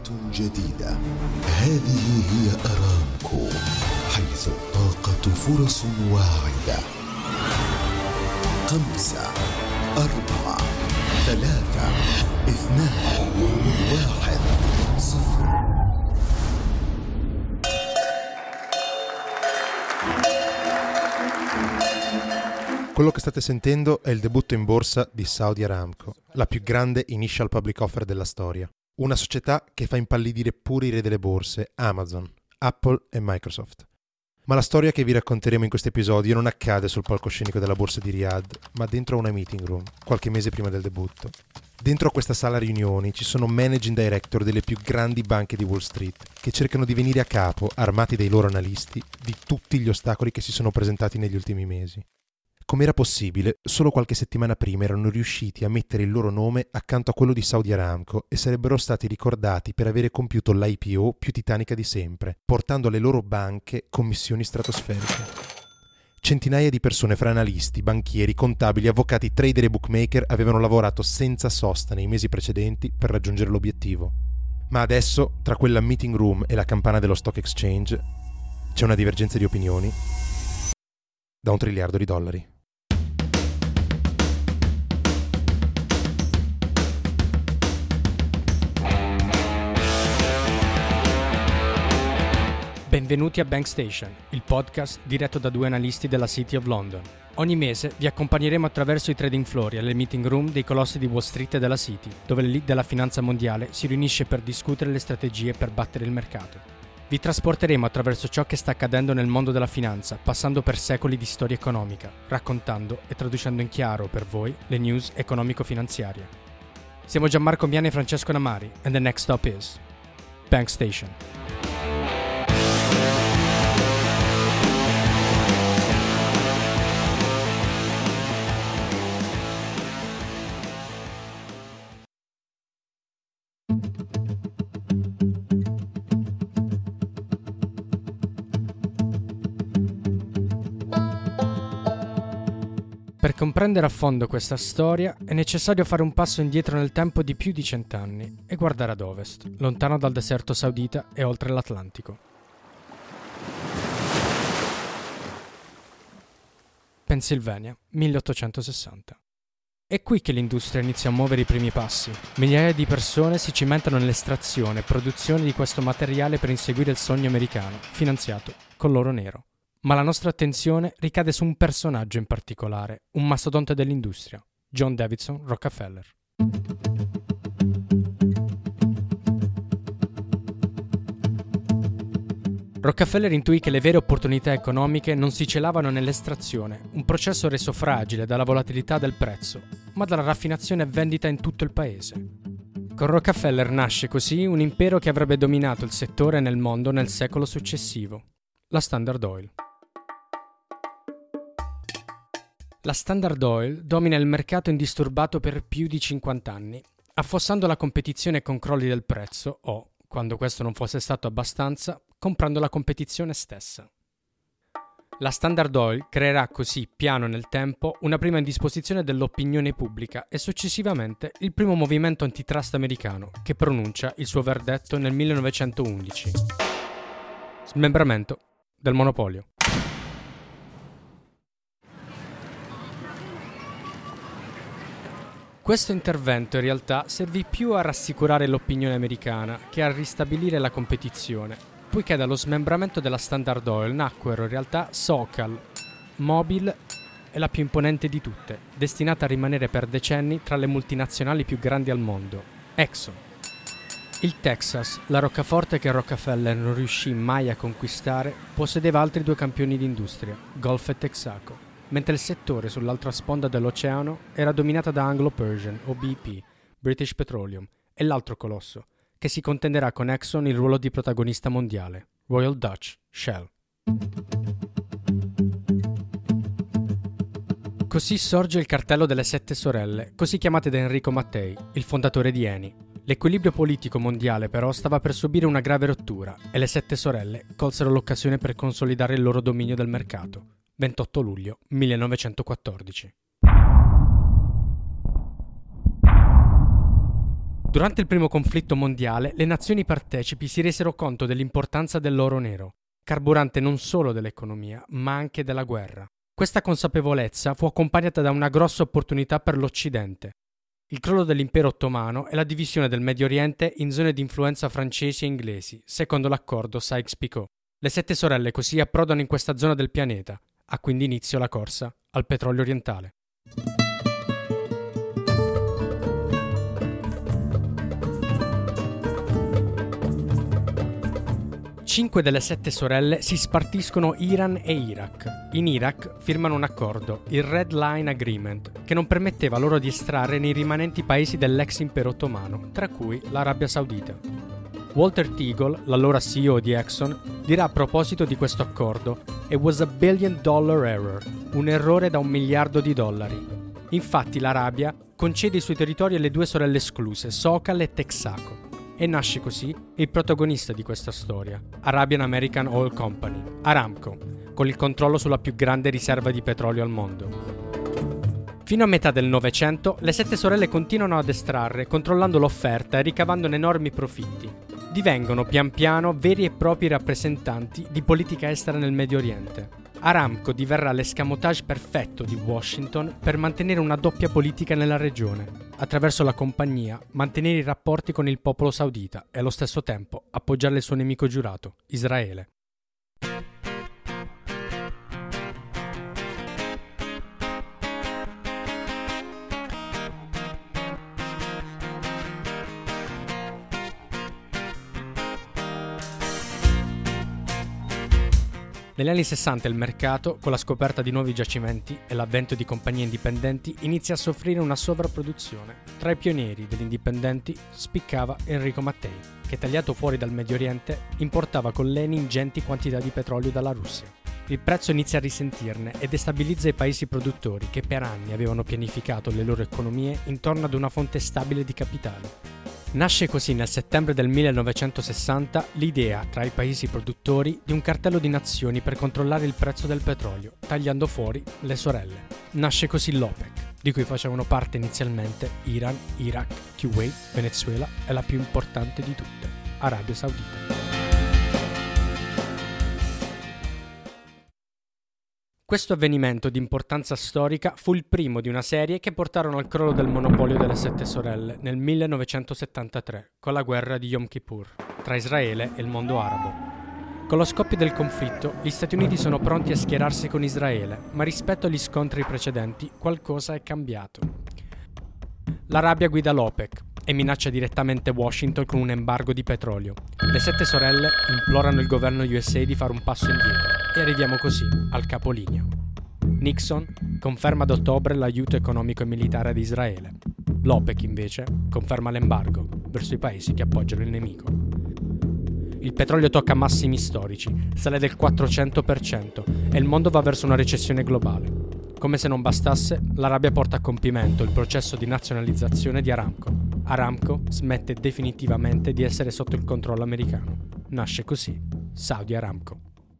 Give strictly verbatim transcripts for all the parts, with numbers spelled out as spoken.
جديدة. هذه هي أرامكو، حيث الطاقة فرص واعدة. خمسة أربعة ثلاثة اثنان واحد صفر. Quello che state sentendo è il debutto in borsa di Saudi Aramco, la più grande initial public offer della storia. Una società che fa impallidire pure i re delle borse, Amazon, Apple e Microsoft. Ma la storia che vi racconteremo in questo episodio non accade sul palcoscenico della borsa di Riyadh, ma dentro una meeting room, qualche mese prima del debutto. Dentro a questa sala riunioni ci sono managing director delle più grandi banche di Wall Street che cercano di venire a capo, armati dai loro analisti, di tutti gli ostacoli che si sono presentati negli ultimi mesi. Com'era possibile, solo qualche settimana prima erano riusciti a mettere il loro nome accanto a quello di Saudi Aramco e sarebbero stati ricordati per avere compiuto l'I P O più titanica di sempre, portando alle loro banche commissioni stratosferiche. Centinaia di persone fra analisti, banchieri, contabili, avvocati, trader e bookmaker avevano lavorato senza sosta nei mesi precedenti per raggiungere l'obiettivo. Ma adesso, tra quella meeting room e la campana dello stock exchange, c'è una divergenza di opinioni da un triliardo di dollari. Benvenuti a Bank Station, il podcast diretto da due analisti della City of London. Ogni mese vi accompagneremo attraverso i trading floor e alle meeting room dei colossi di Wall Street e della City, dove l'elite della finanza mondiale si riunisce per discutere le strategie per battere il mercato. Vi trasporteremo attraverso ciò che sta accadendo nel mondo della finanza, passando per secoli di storia economica, raccontando e traducendo in chiaro per voi le news economico-finanziarie. Siamo Gianmarco Miani e Francesco Namari, and the next stop is Bank Station. Per comprendere a fondo questa storia è necessario fare un passo indietro nel tempo di più di cent'anni e guardare ad ovest, lontano dal deserto saudita e oltre l'Atlantico. Pennsylvania, milleottocentosessanta. È qui che l'industria inizia a muovere i primi passi. Migliaia di persone si cimentano nell'estrazione e produzione di questo materiale per inseguire il sogno americano, finanziato con l'oro nero. Ma la nostra attenzione ricade su un personaggio in particolare, un mastodonte dell'industria, John Davidson Rockefeller. Rockefeller intuì che le vere opportunità economiche non si celavano nell'estrazione, un processo reso fragile dalla volatilità del prezzo, ma dalla raffinazione e vendita in tutto il paese. Con Rockefeller nasce così un impero che avrebbe dominato il settore nel mondo nel secolo successivo, la Standard Oil. La Standard Oil domina il mercato indisturbato per più di cinquanta anni, affossando la competizione con crolli del prezzo o, quando questo non fosse stato abbastanza, comprando la competizione stessa. La Standard Oil creerà così, piano nel tempo, una prima indisposizione dell'opinione pubblica e successivamente il primo movimento antitrust americano, che pronuncia il suo verdetto nel millenovecentoundici. Smembramento del monopolio. Questo intervento in realtà servì più a rassicurare l'opinione americana che a ristabilire la competizione, poiché dallo smembramento della Standard Oil nacquero in realtà SoCal, Mobil e la più imponente di tutte, destinata a rimanere per decenni tra le multinazionali più grandi al mondo, Exxon. Il Texas, la roccaforte che Rockefeller non riuscì mai a conquistare, possedeva altri due campioni d'industria, Gulf e Texaco, mentre il settore sull'altra sponda dell'oceano era dominata da Anglo-Persian o B P, British Petroleum, e l'altro colosso, che si contenderà con Exxon il ruolo di protagonista mondiale, Royal Dutch Shell. Così sorge il cartello delle Sette Sorelle, così chiamate da Enrico Mattei, il fondatore di Eni. L'equilibrio politico mondiale però stava per subire una grave rottura e le Sette Sorelle colsero l'occasione per consolidare il loro dominio del mercato. ventotto luglio millenovecentoquattordici. Durante il primo conflitto mondiale, le nazioni partecipi si resero conto dell'importanza dell'oro nero, carburante non solo dell'economia, ma anche della guerra. Questa consapevolezza fu accompagnata da una grossa opportunità per l'Occidente: il crollo dell'impero ottomano e la divisione del Medio Oriente in zone di influenza francesi e inglesi, secondo l'accordo Sykes-Picot. Le sette sorelle così approdano in questa zona del pianeta. Ha quindi inizio la corsa al petrolio orientale. Cinque delle sette sorelle si spartiscono Iran e Iraq. In Iraq firmano un accordo, il Red Line Agreement, che non permetteva loro di estrarre nei rimanenti paesi dell'ex impero ottomano, tra cui l'Arabia Saudita. Walter Teagle, l'allora C E O di Exxon, dirà a proposito di questo accordo: "It was a billion dollar error", un errore da un miliardo di dollari. Infatti l'Arabia concede i suoi territori alle due sorelle escluse, Socal e Texaco. E nasce così il protagonista di questa storia, Arabian American Oil Company, Aramco, con il controllo sulla più grande riserva di petrolio al mondo. Fino a metà del Novecento, le sette sorelle continuano ad estrarre, controllando l'offerta e ricavandone enormi profitti. Divengono pian piano veri e propri rappresentanti di politica estera nel Medio Oriente. Aramco diverrà l'escamotage perfetto di Washington per mantenere una doppia politica nella regione, attraverso la compagnia mantenere i rapporti con il popolo saudita e allo stesso tempo appoggiare il suo nemico giurato, Israele. Negli anni sessanta il mercato, con la scoperta di nuovi giacimenti e l'avvento di compagnie indipendenti, inizia a soffrire una sovrapproduzione. Tra i pionieri degli indipendenti spiccava Enrico Mattei, che tagliato fuori dal Medio Oriente importava con l'E N I ingenti quantità di petrolio dalla Russia. Il prezzo inizia a risentirne e destabilizza i paesi produttori che per anni avevano pianificato le loro economie intorno ad una fonte stabile di capitale. Nasce così nel settembre del millenovecentosessanta l'idea tra i paesi produttori di un cartello di nazioni per controllare il prezzo del petrolio, tagliando fuori le sorelle. Nasce così l'OPEC, di cui facevano parte inizialmente Iran, Iraq, Kuwait, Venezuela e la più importante di tutte, Arabia Saudita. Questo avvenimento di importanza storica fu il primo di una serie che portarono al crollo del monopolio delle sette sorelle nel millenovecentosettantatré, con la guerra di Yom Kippur, tra Israele e il mondo arabo. Con lo scoppio del conflitto, gli Stati Uniti sono pronti a schierarsi con Israele, ma rispetto agli scontri precedenti qualcosa è cambiato. L'Arabia guida l'OPEC e minaccia direttamente Washington con un embargo di petrolio. Le sette sorelle implorano il governo U S A di fare un passo indietro e arriviamo così al capolinea. Nixon conferma ad ottobre l'aiuto economico e militare ad Israele. L'OPEC invece conferma l'embargo verso i paesi che appoggiano il nemico. Il petrolio tocca massimi storici, sale del quattrocento per cento e il mondo va verso una recessione globale. Come se non bastasse, l'Arabia porta a compimento il processo di nazionalizzazione di Aramco. Aramco smette definitivamente di essere sotto il controllo americano. Nasce così Saudi Aramco.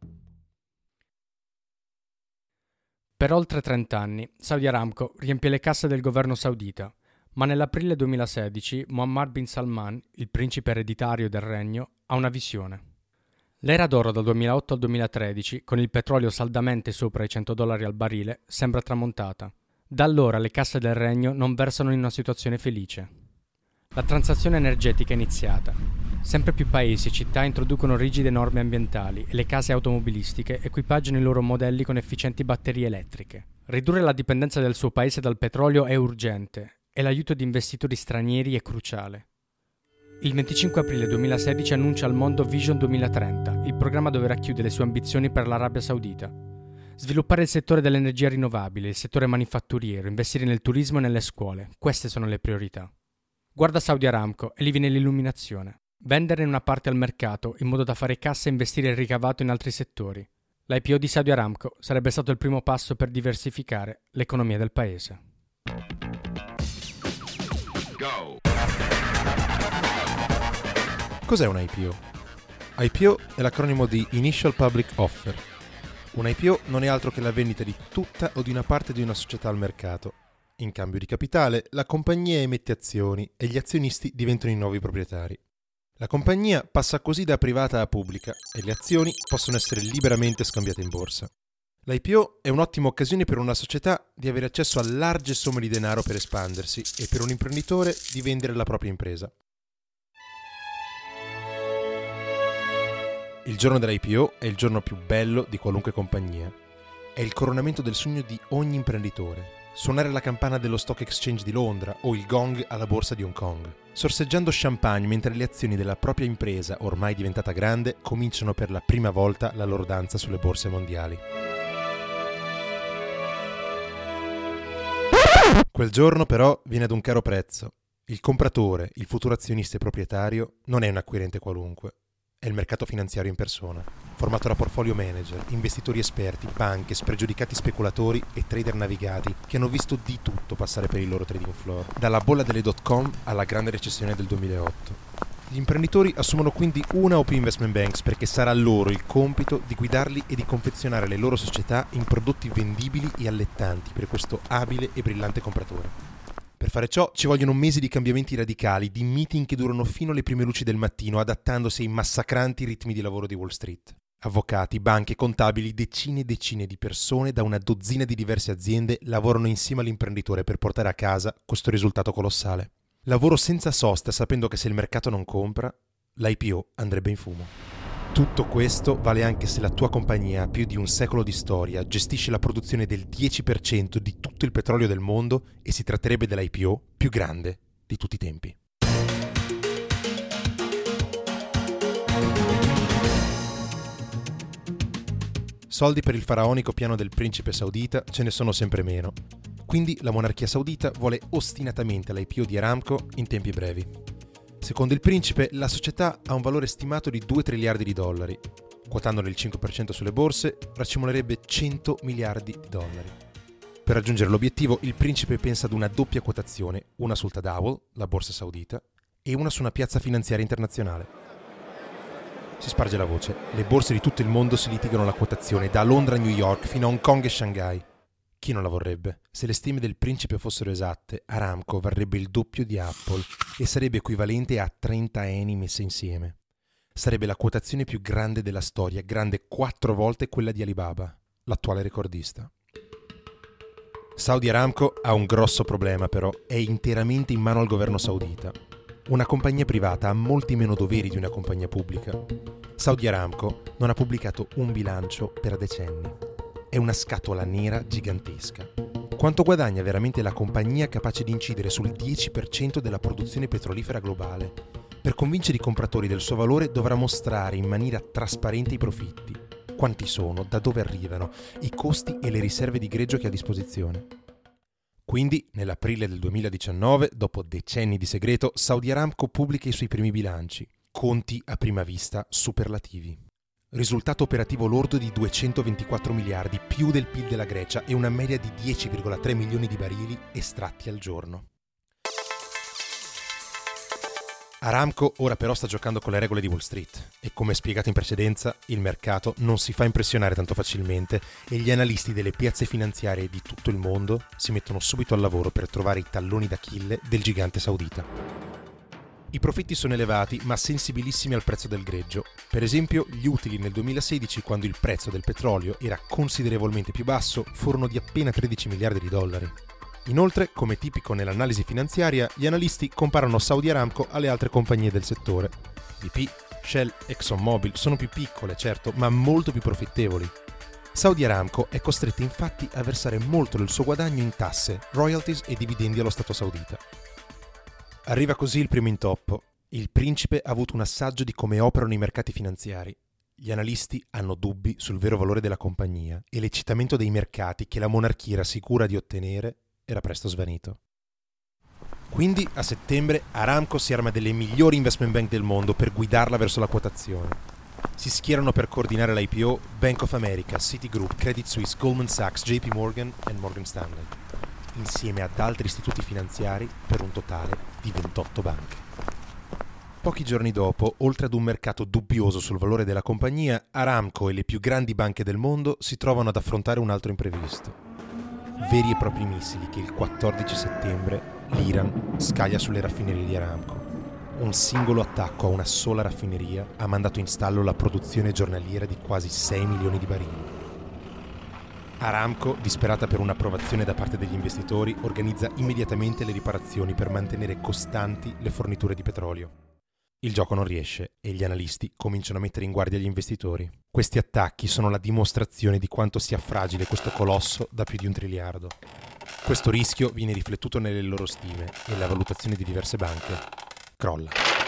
Per oltre trent'anni Saudi Aramco riempie le casse del governo saudita, ma nell'aprile duemilasedici Mohammed bin Salman, il principe ereditario del regno, ha una visione. L'era d'oro dal duemilaotto al duemilatredici, con il petrolio saldamente sopra i cento dollari al barile, sembra tramontata. Da allora le casse del regno non versano in una situazione felice. La transizione energetica è iniziata. Sempre più paesi e città introducono rigide norme ambientali e le case automobilistiche equipaggiano i loro modelli con efficienti batterie elettriche. Ridurre la dipendenza del suo paese dal petrolio è urgente e l'aiuto di investitori stranieri è cruciale. Il venticinque aprile duemilasedici annuncia al mondo Vision duemilatrenta, il programma dove racchiude le sue ambizioni per l'Arabia Saudita. Sviluppare il settore dell'energia rinnovabile, il settore manifatturiero, investire nel turismo e nelle scuole. Queste sono le priorità. Guarda Saudi Aramco e lì viene l'illuminazione. Vendere una parte al mercato in modo da fare cassa e investire il ricavato in altri settori. L'I P O di Saudi Aramco sarebbe stato il primo passo per diversificare l'economia del paese. Go. Cos'è un I P O? I P O è l'acronimo di Initial Public Offer. Un I P O non è altro che la vendita di tutta o di una parte di una società al mercato. in cambio di capitale, la compagnia emette azioni e gli azionisti diventano i nuovi proprietari. La compagnia passa così da privata a pubblica e le azioni possono essere liberamente scambiate in borsa. L'I P O è un'ottima occasione per una società di avere accesso a large somme di denaro per espandersi e per un imprenditore di vendere la propria impresa. Il giorno dell'I P O è il giorno più bello di qualunque compagnia. È il coronamento del sogno di ogni imprenditore. Suonare la campana dello Stock Exchange di Londra o il gong alla borsa di Hong Kong. Sorseggiando champagne mentre le azioni della propria impresa, ormai diventata grande, cominciano per la prima volta la loro danza sulle borse mondiali. Quel giorno però viene ad un caro prezzo. Il compratore, il futuro azionista e proprietario, non è un acquirente qualunque. È il mercato finanziario in persona, formato da portfolio manager, investitori esperti, banche, spregiudicati speculatori e trader navigati che hanno visto di tutto passare per il loro trading floor, dalla bolla delle dot com alla grande recessione del duemilaotto. Gli imprenditori assumono quindi una o più investment banks perché sarà loro il compito di guidarli e di confezionare le loro società in prodotti vendibili e allettanti per questo abile e brillante compratore. Per fare ciò ci vogliono mesi di cambiamenti radicali, di meeting che durano fino alle prime luci del mattino, adattandosi ai massacranti ritmi di lavoro di Wall Street. Avvocati, banche, contabili, decine e decine di persone da una dozzina di diverse aziende lavorano insieme all'imprenditore per portare a casa questo risultato colossale. Lavoro senza sosta sapendo che se il mercato non compra, l'I P O andrebbe in fumo. Tutto questo vale anche se la tua compagnia ha più di un secolo di storia, gestisce la produzione del dieci per cento di tutto il petrolio del mondo e si tratterebbe dell'I P O più grande di tutti i tempi. Soldi per il faraonico piano del principe saudita ce ne sono sempre meno. Quindi la monarchia saudita vuole ostinatamente l'I P O di Aramco in tempi brevi. Secondo il principe, la società ha un valore stimato di due triliardi di dollari. Quotandone il cinque per cento sulle borse, raccimolerebbe cento miliardi di dollari. Per raggiungere l'obiettivo, il principe pensa ad una doppia quotazione, una sul Tadawul, la borsa saudita, e una su una piazza finanziaria internazionale. Si sparge la voce. Le borse di tutto il mondo si litigano la quotazione, da Londra a New York fino a Hong Kong e Shanghai. Chi non la vorrebbe? Se le stime del principe fossero esatte, Aramco varrebbe il doppio di Apple e sarebbe equivalente a trenta Eni messe insieme. Sarebbe la quotazione più grande della storia, grande quattro volte quella di Alibaba, l'attuale recordista. Saudi Aramco ha un grosso problema però, è interamente in mano al governo saudita. Una compagnia privata ha molti meno doveri di una compagnia pubblica. Saudi Aramco non ha pubblicato un bilancio per decenni. È una scatola nera gigantesca. Quanto guadagna veramente la compagnia capace di incidere sul dieci per cento della produzione petrolifera globale? Per convincere i compratori del suo valore dovrà mostrare in maniera trasparente i profitti. Quanti sono, da dove arrivano, i costi e le riserve di greggio che ha a disposizione. Quindi, nell'aprile del duemiladiciannove, dopo decenni di segreto, Saudi Aramco pubblica i suoi primi bilanci. Conti a prima vista superlativi. Risultato operativo lordo di duecentoventiquattro miliardi, più del P I L della Grecia e una media di dieci virgola tre milioni di barili estratti al giorno. Aramco ora però sta giocando con le regole di Wall Street e, come spiegato in precedenza, il mercato non si fa impressionare tanto facilmente e gli analisti delle piazze finanziarie di tutto il mondo si mettono subito al lavoro per trovare i talloni d'Achille del gigante saudita. I profitti sono elevati ma sensibilissimi al prezzo del greggio. Per esempio, gli utili nel duemilasedici, quando il prezzo del petrolio era considerevolmente più basso, furono di appena tredici miliardi di dollari. Inoltre, come tipico nell'analisi finanziaria, gli analisti comparano Saudi Aramco alle altre compagnie del settore. B P, Shell, ExxonMobil sono più piccole, certo, ma molto più profittevoli. Saudi Aramco è costretta infatti a versare molto del suo guadagno in tasse, royalties e dividendi allo Stato saudita. Arriva così il primo intoppo. Il principe ha avuto un assaggio di come operano i mercati finanziari. Gli analisti hanno dubbi sul vero valore della compagnia e l'eccitamento dei mercati che la monarchia era sicura di ottenere era presto svanito. Quindi a settembre Aramco si arma delle migliori investment bank del mondo per guidarla verso la quotazione. Si schierano per coordinare l'I P O Bank of America, Citigroup, Credit Suisse, Goldman Sachs, J P Morgan e Morgan Stanley, insieme ad altri istituti finanziari per un totale di ventotto banche. Pochi giorni dopo, oltre ad un mercato dubbioso sul valore della compagnia, Aramco e le più grandi banche del mondo si trovano ad affrontare un altro imprevisto. veri e propri missili che il quattordici settembre l'Iran scaglia sulle raffinerie di Aramco. Un singolo attacco a una sola raffineria ha mandato in stallo la produzione giornaliera di quasi sei milioni di barili. Aramco, disperata per un'approvazione da parte degli investitori, organizza immediatamente le riparazioni per mantenere costanti le forniture di petrolio. Il gioco non riesce e gli analisti cominciano a mettere in guardia gli investitori. Questi attacchi sono la dimostrazione di quanto sia fragile questo colosso da più di un triliardo. Questo rischio viene riflettuto nelle loro stime e la valutazione di diverse banche crolla.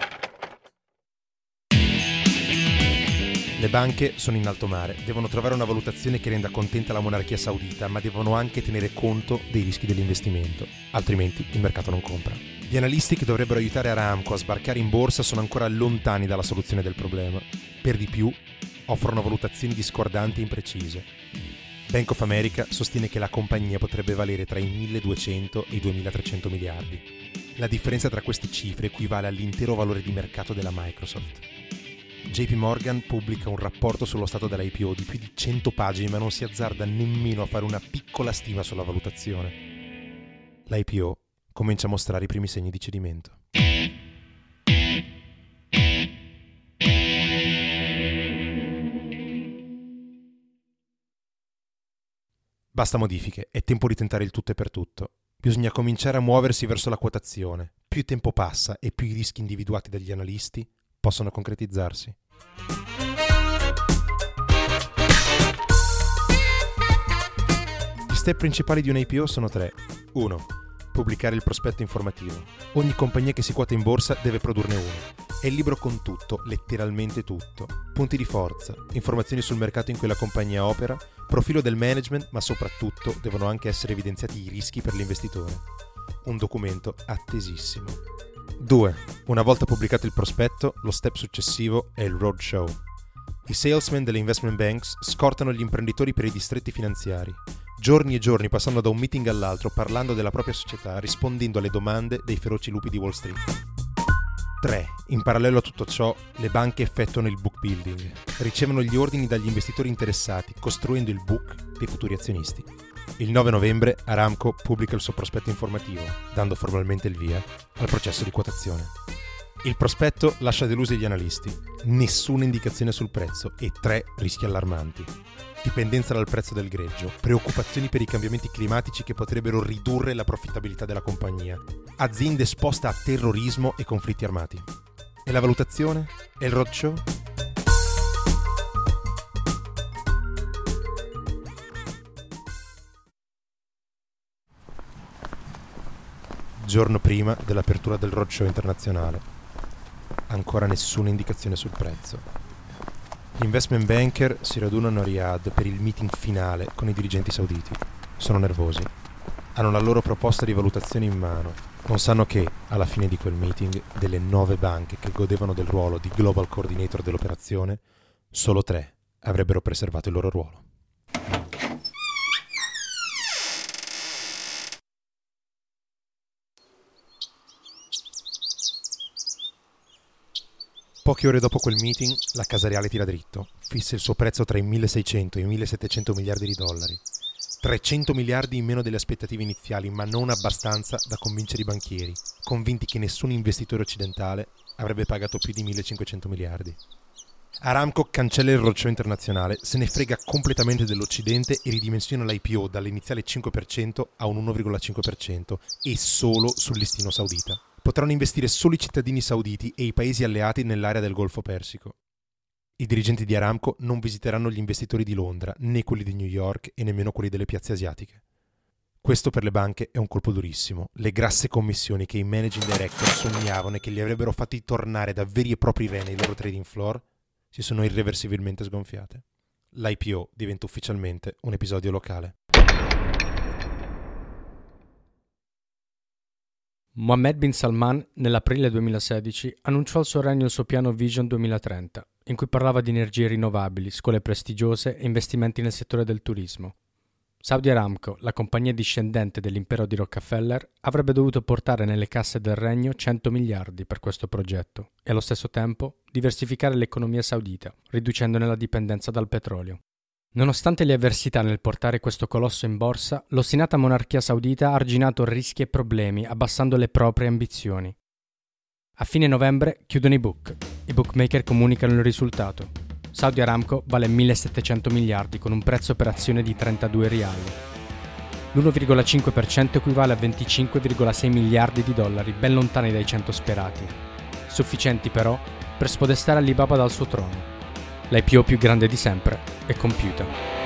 Le banche sono in alto mare, devono trovare una valutazione che renda contenta la monarchia saudita, ma devono anche tenere conto dei rischi dell'investimento, altrimenti il mercato non compra. Gli analisti che dovrebbero aiutare Aramco a sbarcare in borsa sono ancora lontani dalla soluzione del problema. Per di più, offrono valutazioni discordanti e imprecise. Bank of America sostiene che la compagnia potrebbe valere tra i milleduecento e i duemilatrecento miliardi. La differenza tra queste cifre equivale all'intero valore di mercato della Microsoft. J P Morgan pubblica un rapporto sullo stato dell'I P O di più di cento pagine, ma non si azzarda nemmeno a fare una piccola stima sulla valutazione. L'I P O comincia a mostrare i primi segni di cedimento. Basta modifiche, è tempo di tentare il tutto e per tutto. Bisogna cominciare a muoversi verso la quotazione. Più tempo passa e più i rischi individuati dagli analisti possono concretizzarsi. Gli step principali di un I P O sono tre. uno. Pubblicare il prospetto informativo. Ogni compagnia che si quota in borsa deve produrne uno. È il libro con tutto, letteralmente tutto. Punti di forza, informazioni sul mercato in cui la compagnia opera, profilo del management, ma soprattutto devono anche essere evidenziati i rischi per l'investitore. Un documento attesissimo. due. Una volta pubblicato il prospetto, lo step successivo è il roadshow. I salesmen delle investment banks scortano gli imprenditori per i distretti finanziari, giorni e giorni passando da un meeting all'altro parlando della propria società, rispondendo alle domande dei feroci lupi di Wall Street. tre. In parallelo a tutto ciò, le banche effettuano il book building, ricevono gli ordini dagli investitori interessati, costruendo il book dei futuri azionisti. Il nove novembre Aramco pubblica il suo prospetto informativo, dando formalmente il via al processo di quotazione. Il prospetto lascia delusi gli analisti, nessuna indicazione sul prezzo e tre rischi allarmanti. Dipendenza dal prezzo del greggio, preoccupazioni per i cambiamenti climatici che potrebbero ridurre la profittabilità della compagnia, aziende esposte a terrorismo e conflitti armati. E la valutazione? E il roadshow? Giorno prima dell'apertura del roadshow internazionale. Ancora nessuna indicazione sul prezzo. Gli investment banker si radunano a Riyadh per il meeting finale con i dirigenti sauditi. Sono nervosi. Hanno la loro proposta di valutazione in mano. Non sanno che, alla fine di quel meeting, delle nove banche che godevano del ruolo di global coordinator dell'operazione, solo tre avrebbero preservato il loro ruolo. Poche ore dopo quel meeting, la Casa Reale tira dritto, fissa il suo prezzo tra i milleseicento e i millesettecento miliardi di dollari. trecento miliardi in meno delle aspettative iniziali, ma non abbastanza da convincere i banchieri, convinti che nessun investitore occidentale avrebbe pagato più di millecinquecento miliardi. Aramco cancella il roadshow internazionale, se ne frega completamente dell'Occidente e ridimensiona l'I P O dall'iniziale cinque per cento a un uno virgola cinque per cento e solo sul listino saudita. Potranno investire solo i cittadini sauditi e i paesi alleati nell'area del Golfo Persico. I dirigenti di Aramco non visiteranno gli investitori di Londra, né quelli di New York e nemmeno quelli delle piazze asiatiche. Questo per le banche è un colpo durissimo. Le grasse commissioni che i managing director sognavano e che li avrebbero fatti tornare da veri e propri re nei loro trading floor si sono irreversibilmente sgonfiate. L'I P O diventa ufficialmente un episodio locale. Mohammed bin Salman, nell'aprile duemilasedici, annunciò al suo regno il suo piano Vision duemilatrenta, in cui parlava di energie rinnovabili, scuole prestigiose e investimenti nel settore del turismo. Saudi Aramco, la compagnia discendente dell'impero di Rockefeller, avrebbe dovuto portare nelle casse del regno cento miliardi per questo progetto e allo stesso tempo diversificare l'economia saudita, riducendone la dipendenza dal petrolio. Nonostante le avversità nel portare questo colosso in borsa, l'ostinata monarchia saudita ha arginato rischi e problemi, abbassando le proprie ambizioni. A fine novembre chiudono i book. I bookmaker comunicano il risultato. Saudi Aramco vale millesettecento miliardi con un prezzo per azione di trentadue riali. L'uno virgola cinque per cento equivale a venticinque virgola sei miliardi di dollari, ben lontani dai cento sperati. Sufficienti però per spodestare Alibaba dal suo trono. L'I P O più grande di sempre è compiuta.